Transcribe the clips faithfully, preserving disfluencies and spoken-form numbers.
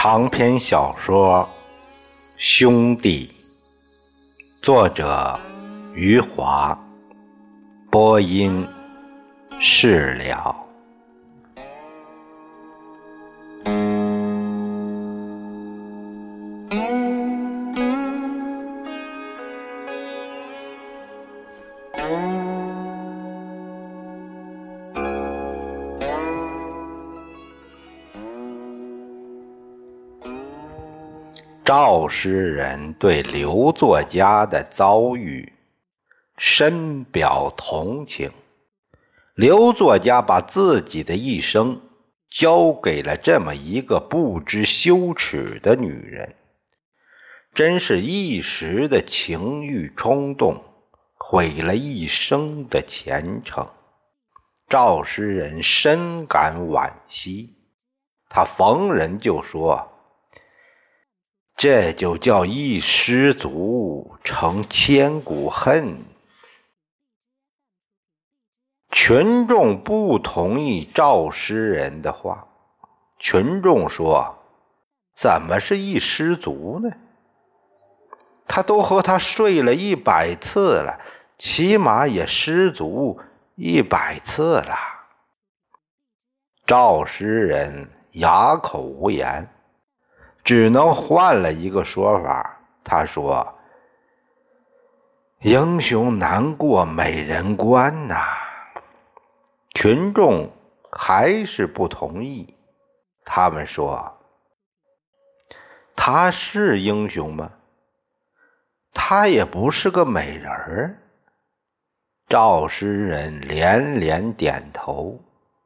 长篇小说《兄弟》，作者余华，播音释了。赵诗人对刘作家的遭遇深表同情。刘作家把自己的一生交给了这么一个不知羞耻的女人，真是一时的情欲冲动，毁了一生的前程。赵诗人深感惋惜，他逢人就说，这就叫一失足成千古恨。群众不同意赵诗人的话，群众说，怎么是一失足呢？他都和他睡了一百次了，起码也失足一百次了。赵诗人哑口无言，只能换了一个说法。他说，英雄难过美人关呐、啊。群众还是不同意，他们说，他是英雄吗？他也不是个美人儿。赵诗人连连点头，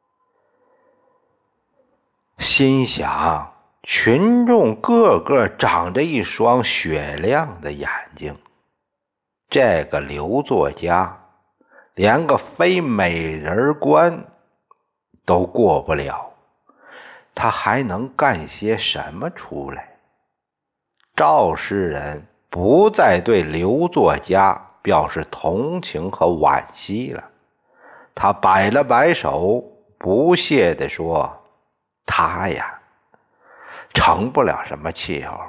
心想，群众个个长着一双雪亮的眼睛，这个刘作家连个非美人关都过不了，他还能干些什么出来？赵诗人不再对刘作家表示同情和惋惜了，他摆了摆手，不屑地说，他呀成不了什么气候。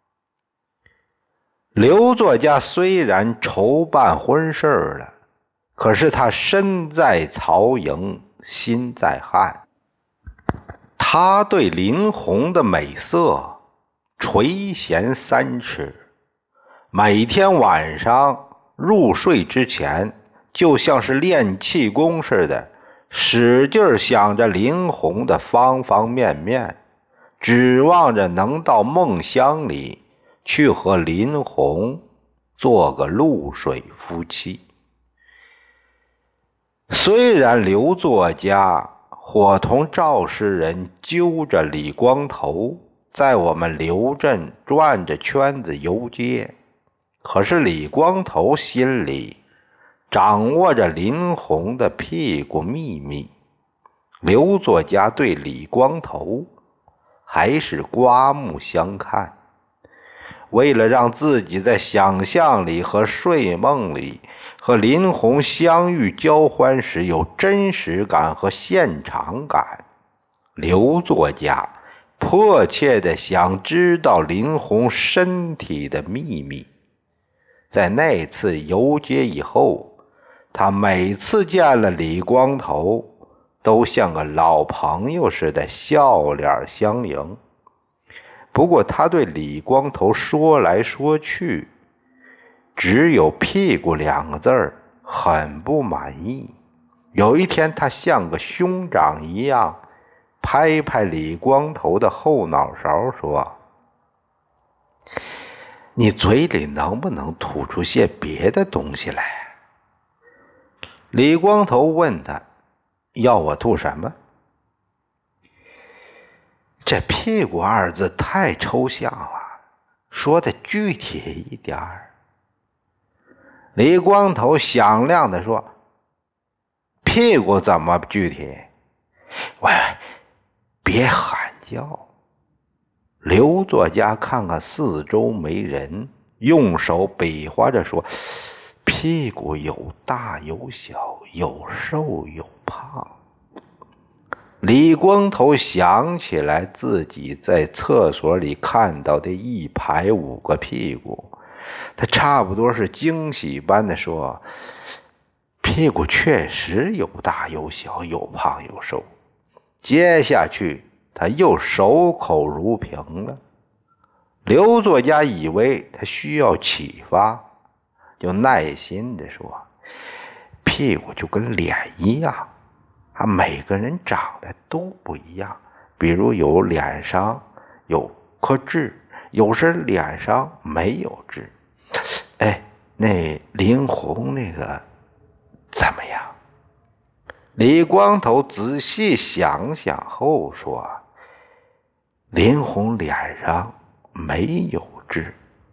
刘作家虽然筹办婚事了，可是他身在曹营心在汉，他对林红的美色垂涎三尺，每天晚上入睡之前，就像是练气功似的，使劲想着林红的方方面面，指望着能到梦乡里去和林红做个露水夫妻。虽然刘作家伙同赵诗人揪着李光头在我们刘镇转着圈子游街，可是李光头心里掌握着林红的屁股秘密。刘作家对李光头还是刮目相看，为了让自己在想象里和睡梦里和林红相遇交欢时有真实感和现场感，刘作家迫切地想知道林红身体的秘密。在那次游街以后，他每次见了李光头都像个老朋友似的笑脸相迎。不过他对李光头说来说去只有屁股两个字儿，很不满意。有一天他像个兄长一样拍拍李光头的后脑勺说，你嘴里能不能吐出些别的东西来？李光头问他，要我吐什么？这屁股二字太抽象了，说的具体一点儿。李光头响亮地说，屁股怎么具体？喂，别喊叫。刘作家看看四周没人，用手比划着说，屁股有大有小，有瘦有胖。 李光头想起来自己在厕所里看到的一排五个屁股，他差不多是惊喜般的说：屁股确实有大有小，有胖有瘦。接下去他又守口如瓶了。刘作家以为他需要启发，就耐心地说：屁股就跟脸一样啊，每个人长得都不一样，比如有脸上有颗痣，有时脸上没有痣。哎，那林红那个怎么样？李光头仔细想想后说：林红脸上没有痣。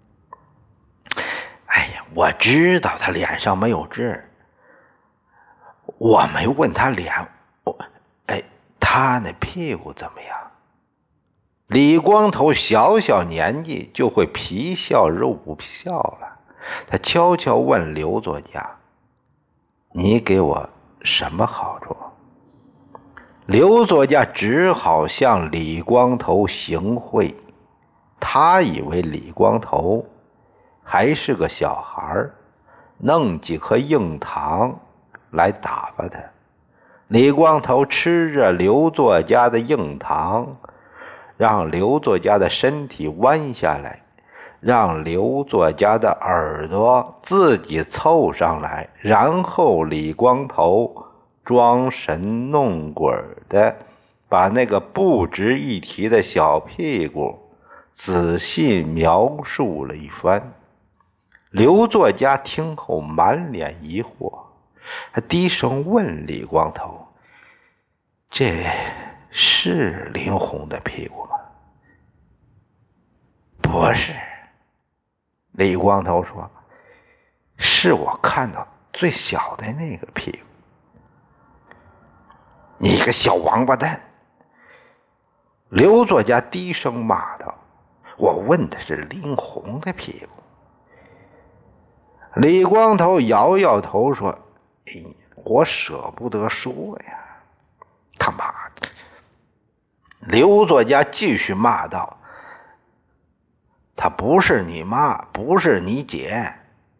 哎呀，我知道他脸上没有痣，我没问他脸，我哎，他那屁股怎么样？李光头小小年纪就会皮笑肉不笑了，他悄悄问刘作家：你给我什么好处？刘作家只好向李光头行贿，他以为李光头还是个小孩，弄几颗硬糖来打发他。李光头吃着刘作家的硬糖，让刘作家的身体弯下来，让刘作家的耳朵自己凑上来，然后李光头装神弄鬼的把那个不值一提的小屁股仔细描述了一番。刘作家听后满脸疑惑，他低声问李光头：这是林红的屁股吗？不是，李光头说，是我看到最小的那个屁股。你个小王八蛋！刘作家低声骂道：我问的是林红的屁股。李光头摇摇头说：哎，我舍不得说呀。他妈的！刘作家继续骂道：她不是你妈，不是你姐。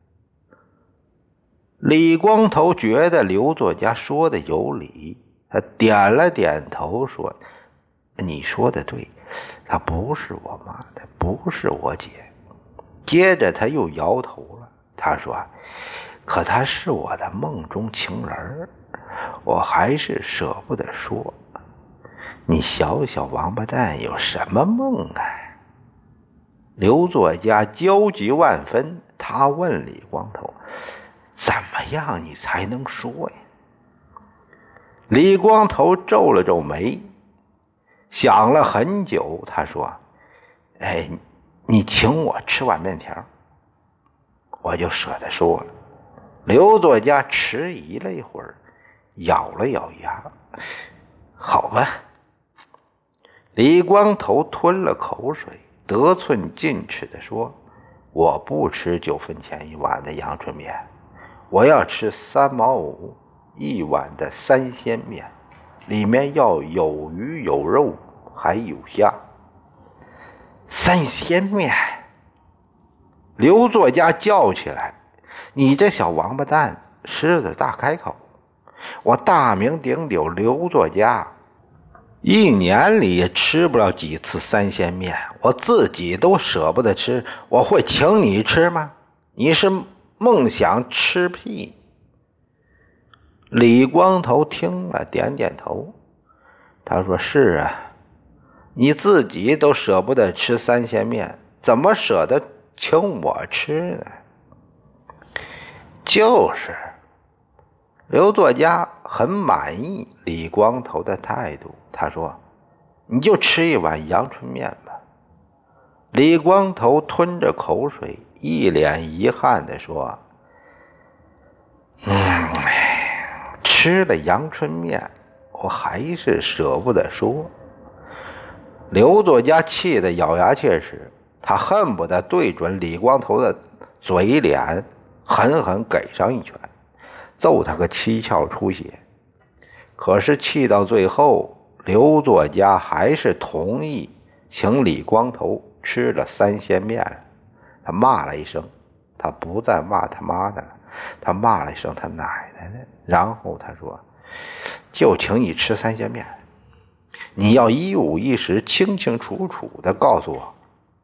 李光头觉得刘作家说的有理，他点了点头说：你说的对，她不是我妈，她不是我姐。接着他又摇头了，他说：可她是我的梦中情人，我还是舍不得说。你小小王八蛋有什么梦啊？刘作家焦急万分，他问李光头：怎么样你才能说呀？李光头皱了皱眉，想了很久，他说：哎，你请我吃碗面条，我就舍得说了。刘作家迟疑了一会儿，咬了咬牙：好吧。李光头吞了口水，得寸进尺地说：我不吃九分钱一碗的阳春面，我要吃三毛五一碗的三鲜面，里面要有鱼有肉还有虾。三鲜面！刘作家叫起来：你这小王八蛋，狮子大开口！我大名鼎鼎刘作家，一年里也吃不了几次三鲜面，我自己都舍不得吃，我会请你吃吗？你是梦想吃屁。李光头听了点点头，他说：是啊，你自己都舍不得吃三鲜面，怎么舍得请我吃呢？就是。刘作家很满意李光头的态度，他说：你就吃一碗阳春面吧。李光头吞着口水，一脸遗憾地说：嗯，吃了阳春面，我还是舍不得说。刘作家气得咬牙切齿，他恨不得对准李光头的嘴脸狠狠给上一拳，揍他个七窍出血。可是气到最后， 刘作家还是同意请李光头吃了三鲜面。他骂了一声，他不再骂他妈的了，他骂了一声他奶奶的，然后他说，就请你吃三鲜面，你要一五一十清清楚楚的告诉我，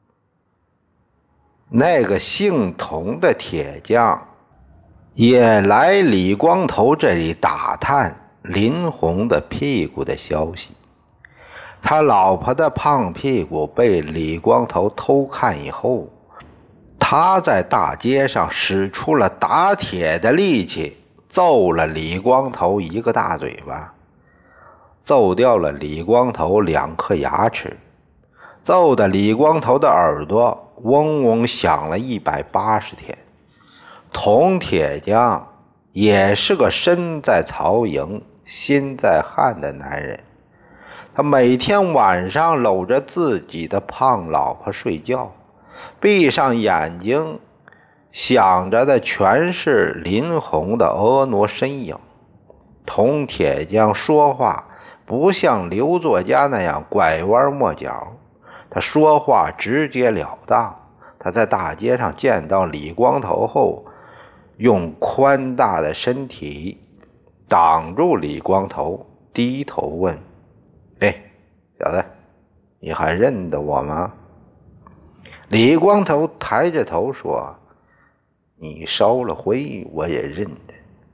那个姓童的铁匠也来李光头这里打探林红的屁股的消息。他老婆的胖屁股被李光头偷看以后，他在大街上使出了打铁的力气，揍了李光头一个大嘴巴，揍掉了李光头两颗牙齿，揍的李光头的耳朵嗡嗡响了一百八十天。童铁匠也是个身在曹营心在汉的男人，他每天晚上搂着自己的胖老婆睡觉，闭上眼睛想着的全是林红的婀娜身影。童铁匠说话不像刘作家那样拐弯抹角，他说话直截了当。他在大街上见到李光头后，用宽大的身体挡住李光头，低头问，哎，小子，你还认得我吗？李光头抬着头说，你烧了灰我也认得。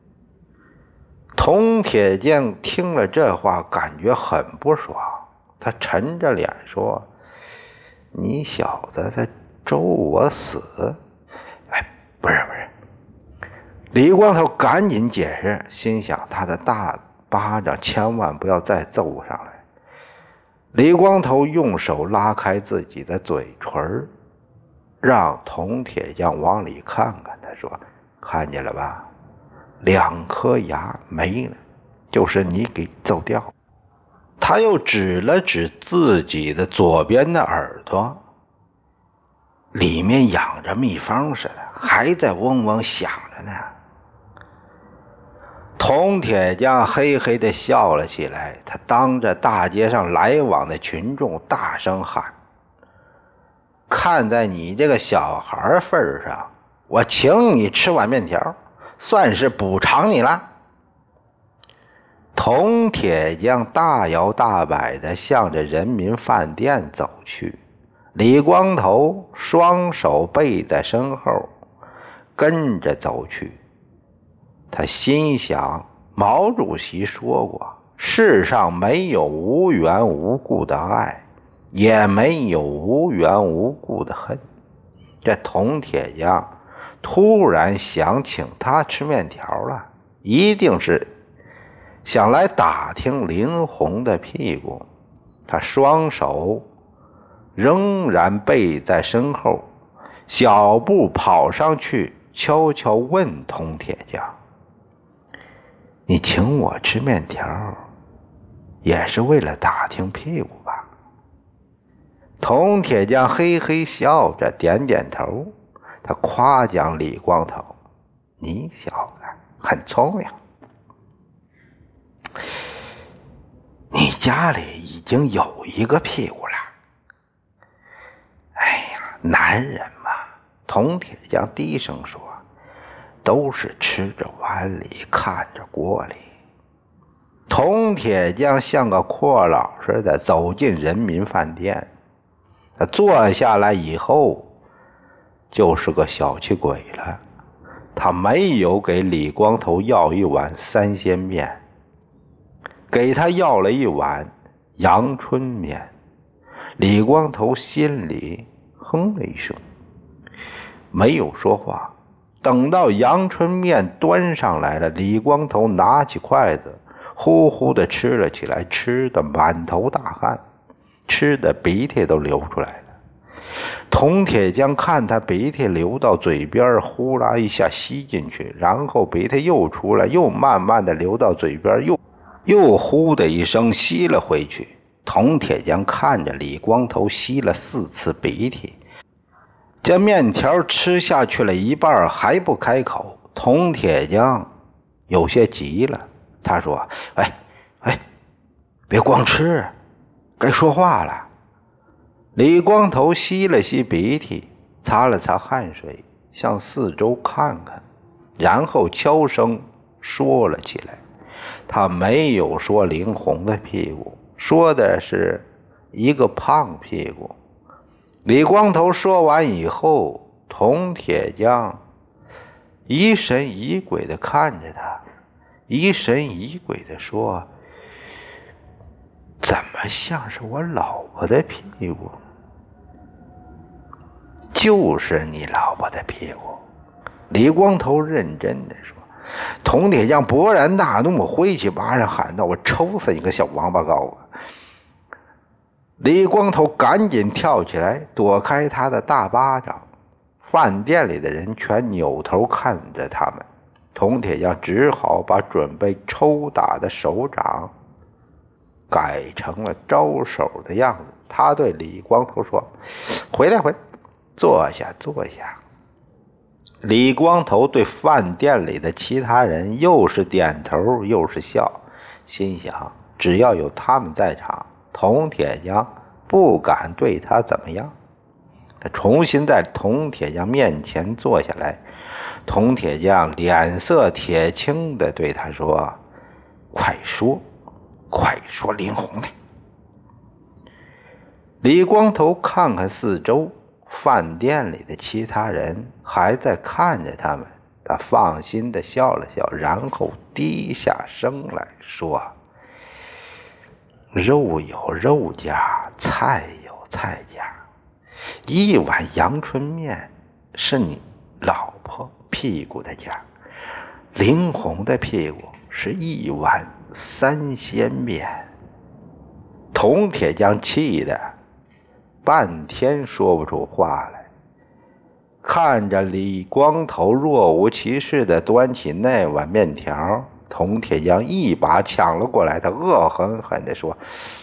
童铁匠听了这话感觉很不爽，他沉着脸说，你小子在咒我死？哎，不是不是。李光头赶紧解释，心想他的大巴掌千万不要再揍上来。李光头用手拉开自己的嘴唇，让童铁匠往里看看。他说，看见了吧，两颗牙没了，就是你给揍掉。他又指了指自己的左边的耳朵，里面养着蜜蜂似的，还在嗡嗡响着呢。童铁匠嘿嘿地笑了起来，他当着大街上来往的群众大声喊，看在你这个小孩份上，我请你吃碗面条，算是补偿你了。童铁匠大摇大摆地向着人民饭店走去，李光头双手背在身后跟着走去。他心想，毛主席说过，世上没有无缘无故的爱，也没有无缘无故的恨。这童铁匠突然想请他吃面条了，一定是想来打听林红的屁股。他双手仍然背在身后，小步跑上去，悄悄问童铁匠，你请我吃面条也是为了打听屁股吧？童铁匠嘿嘿笑着点点头，他夸奖李光头，你小子很聪明，你家里已经有一个屁股了。哎呀，男人嘛，童铁匠低声说，都是吃着碗里看着锅里。童铁匠像个阔佬似的走进人民饭店，他坐下来以后就是个小气鬼了。他没有给李光头要一碗三鲜面，给他要了一碗阳春面。李光头心里哼了一声，没有说话。等到阳春面端上来了，李光头拿起筷子呼呼地吃了起来，吃得满头大汗，吃的鼻涕都流出来了。童铁匠看他鼻涕流到嘴边，呼啦一下吸进去，然后鼻涕又出来，又慢慢的流到嘴边，又又呼的一声吸了回去。童铁匠看着李光头吸了四次鼻涕，这面条吃下去了一半还不开口。童铁匠有些急了，他说，哎哎， 别光吃，该说话了。李光头吸了吸鼻涕，擦了擦汗水，向四周看看，然后悄声说了起来。他没有说林红的屁股，说的是一个胖屁股。李光头说完以后，童铁匠疑神疑鬼地看着他，疑神疑鬼地说：怎么像是我老婆的屁股？就是你老婆的屁股。李光头认真地说。童铁匠勃然大怒，挥起巴掌喊道：我抽死你个小王八羔子！李光头赶紧跳起来躲开他的大巴掌，饭店里的人全扭头看着他们。童铁匠只好把准备抽打的手掌改成了招手的样子。他对李光头说：回来回来，坐下坐下。李光头对饭店里的其他人又是点头又是笑，心想只要有他们在场，童铁匠不敢对他怎么样。他重新在童铁匠面前坐下来，童铁匠脸色铁青地对他说：快说快说林红来。李光头看看四周，饭店里的其他人还在看着他们，他放心地笑了笑，然后低下声来说：肉有肉价，菜有菜价，一碗阳春面是你老婆屁股的价，林红的屁股是一碗三鲜面。童铁匠气得半天说不出话来，看着李光头若无其事地端起那碗面条，童铁匠一把抢了过来，他恶狠狠地说：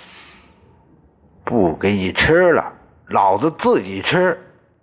不给你吃了，老子自己吃。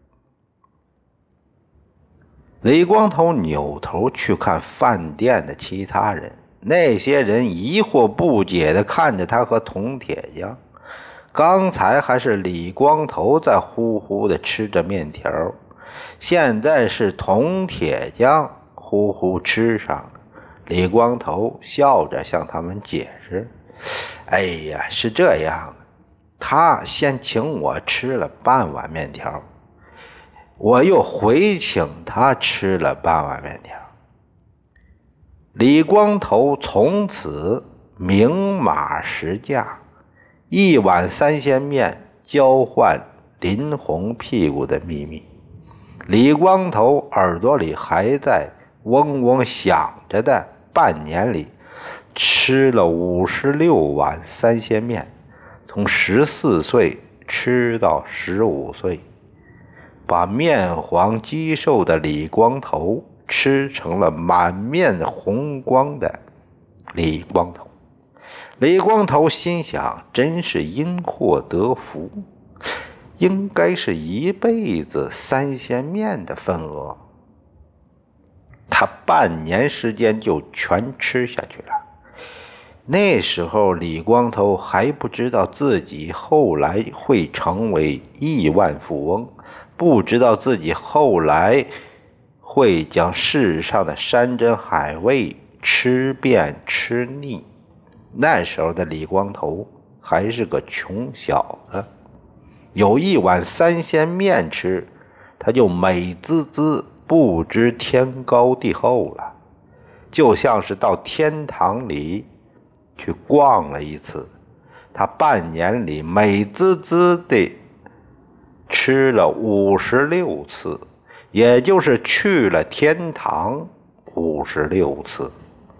李光头扭头去看饭店的其他人，那些人疑惑不解地看着他和童铁匠。刚才还是李光头在呼呼地吃着面条，现在是童铁匠呼呼吃上了。李光头笑着向他们解释：哎呀，是这样的，他先请我吃了半碗面条，我又回请他吃了半碗面条。李光头从此明码实价，一碗三鲜面交换林红屁股的秘密。李光头耳朵里还在嗡嗡响着的半年里，吃了五十六碗三鲜面，从十四岁吃到十五岁，把面黄肌瘦的李光头吃成了满面红光的李光头。李光头心想，真是因祸得福，应该是一辈子三鲜面的份额。他半年时间就全吃下去了。那时候李光头还不知道自己后来会成为亿万富翁，不知道自己后来会将世上的山珍海味吃遍吃腻。那时候的李光头还是个穷小子，有一碗三鲜面吃，他就美滋滋不知天高地厚了，就像是到天堂里去逛了一次。他半年里美滋滋地吃了五十六次，也就是去了天堂五十六次。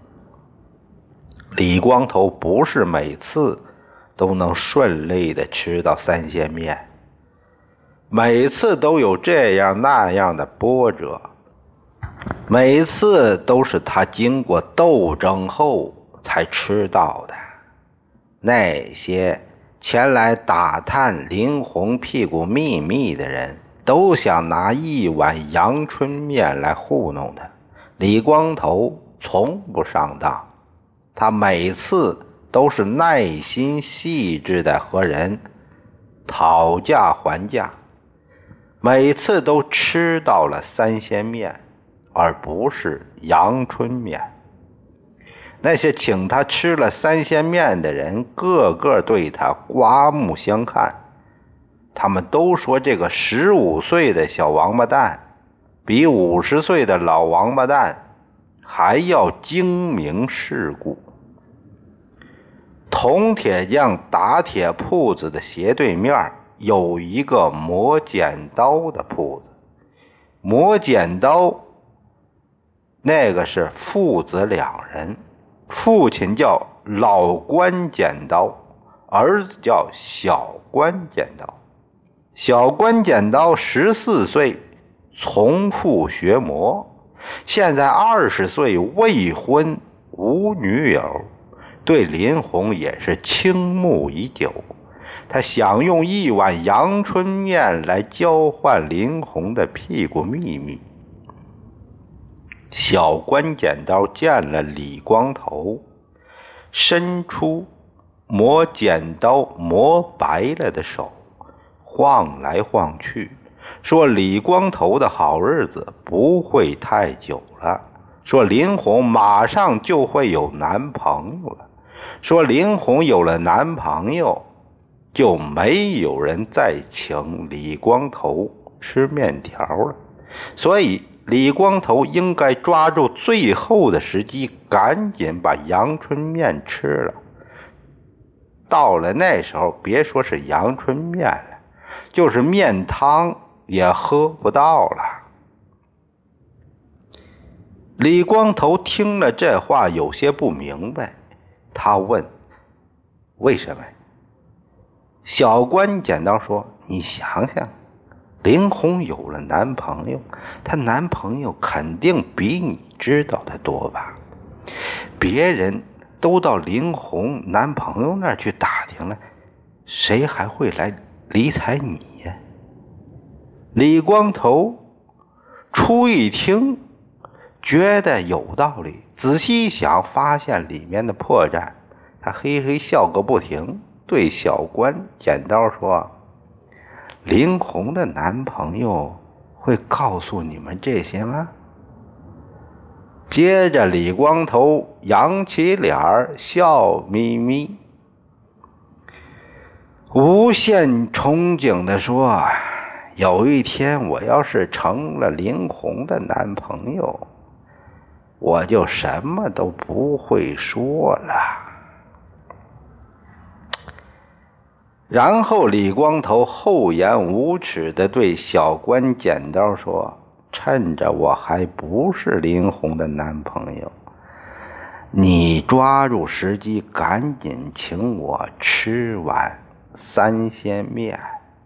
李光头不是每次都能顺利地吃到三鲜面，每次都有这样那样的波折，每次都是他经过斗争后才吃到的。那些前来打探林红屁股秘密的人都想拿一碗阳春面来糊弄他，李光头从不上当。他每次都是耐心细致的和人讨价还价，每次都吃到了三鲜面，而不是阳春面。那些请他吃了三鲜面的人，个个对他刮目相看。他们都说这个十五岁的小王八蛋，比五十岁的老王八蛋还要精明世故。铜铁匠打铁铺子的斜对面有一个磨剪刀的铺子，磨剪刀那个是父子两人，父亲叫老关剪刀，儿子叫小关剪刀。小关剪刀十四岁从父学磨，现在二十岁未婚无女友，对林红也是倾慕已久。他想用一碗阳春面来交换林红的屁股秘密。小关剪刀见了李光头，伸出磨剪刀磨白了的手，晃来晃去，说李光头的好日子不会太久了，说林红马上就会有男朋友了，说林红有了男朋友就没有人再请李光头吃面条了，所以李光头应该抓住最后的时机，赶紧把阳春面吃了。到了那时候，别说是阳春面了，就是面汤也喝不到了。李光头听了这话有些不明白，他问为什么？小关剪刀说，你想想，林红有了男朋友，她男朋友肯定比你知道的多吧？别人都到林红男朋友那儿去打听了，谁还会来理睬你呀？李光头初一听觉得有道理，仔细一想发现里面的破绽，他嘿嘿笑个不停，对小关剪刀说，林红的男朋友会告诉你们这些吗？接着李光头扬起脸儿笑眯眯，无限憧憬地说，有一天我要是成了林红的男朋友，我就什么都不会说了。然后李光头厚颜无耻地对小关剪刀说，趁着我还不是林红的男朋友，你抓住时机赶紧请我吃碗三鲜面。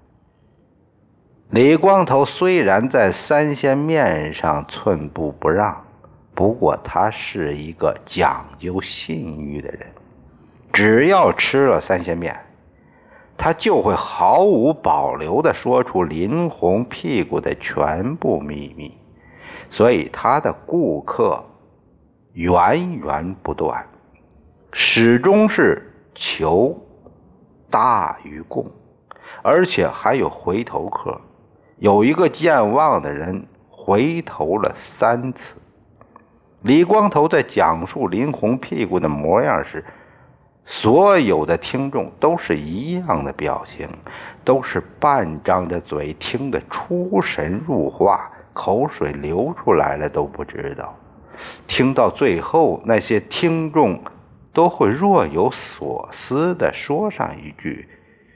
李光头虽然在三鲜面上寸步不让，不过他是一个讲究信誉的人，只要吃了三鲜面，他就会毫无保留地说出林红屁股的全部秘密，所以他的顾客源源不断，始终是求大于供，而且还有回头客。有一个健忘的人回头了三次。李光头在讲述林红屁股的模样时，所有的听众都是一样的表情，都是半张着嘴听得出神入化，口水流出来了都不知道。听到最后，那些听众都会若有所思地说上一句，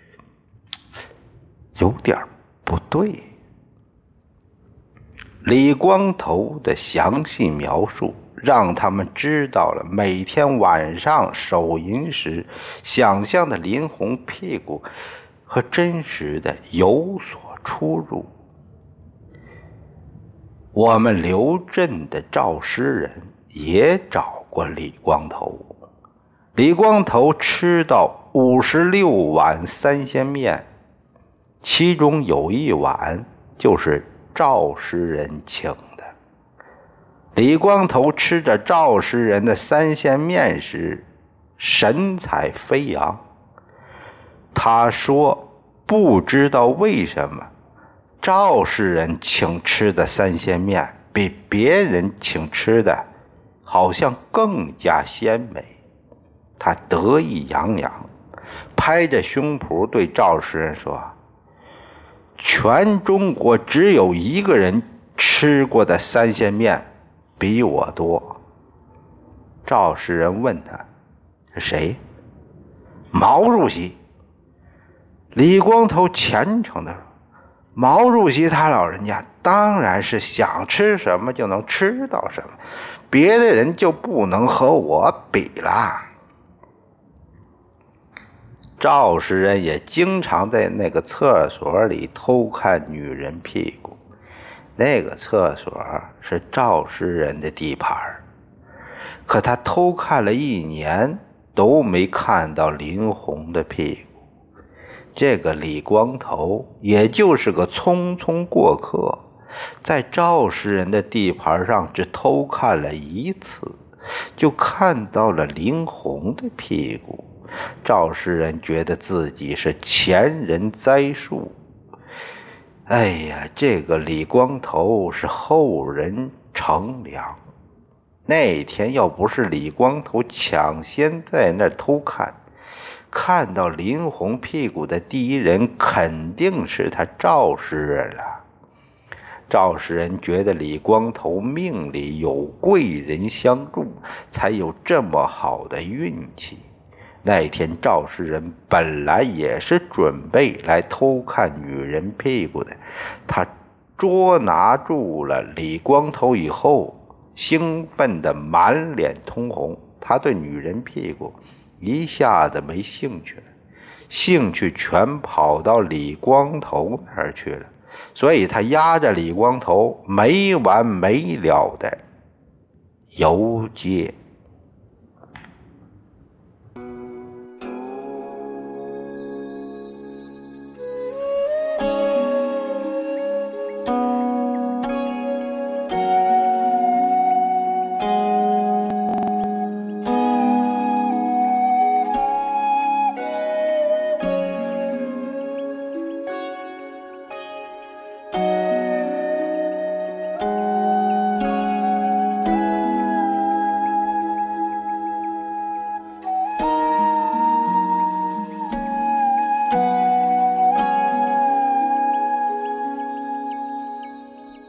有点不对。李光头的详细描述让他们知道了每天晚上手淫时想象的林红屁股和真实的有所出入。我们刘镇的赵诗人也找过李光头，李光头吃到五十六碗三鲜面，其中有一碗就是赵诗人请的。李光头吃着赵诗人的三鲜面时， 神采飞扬。他说不知道为什么赵氏人请吃的三鲜面比别人请吃的好像更加鲜美。他得意洋洋，拍着胸脯对赵氏人说，全中国只有一个人吃过的三鲜面比我多。赵氏人问他是谁？毛主席。李光头虔诚地说，毛主席他老人家当然是想吃什么就能吃到什么，别的人就不能和我比了。赵氏人也经常在那个厕所里偷看女人屁股，那个厕所是赵氏人的地盘，可他偷看了一年都没看到林红的屁股。这个李光头也就是个匆匆过客，在赵氏人的地盘上只偷看了一次，就看到了林红的屁股。赵氏人觉得自己是前人栽树，哎呀，这个李光头是后人乘凉。那天要不是李光头抢先在那儿偷看，看到林红屁股的第一人肯定是他赵氏人了。赵氏人觉得李光头命里有贵人相助，才有这么好的运气。那天赵氏人本来也是准备来偷看女人屁股的，他捉拿住了李光头以后，兴奋得满脸通红。他对女人屁股一下子没兴趣了，兴趣全跑到李光头那儿去了，所以他压着李光头没完没了的游街。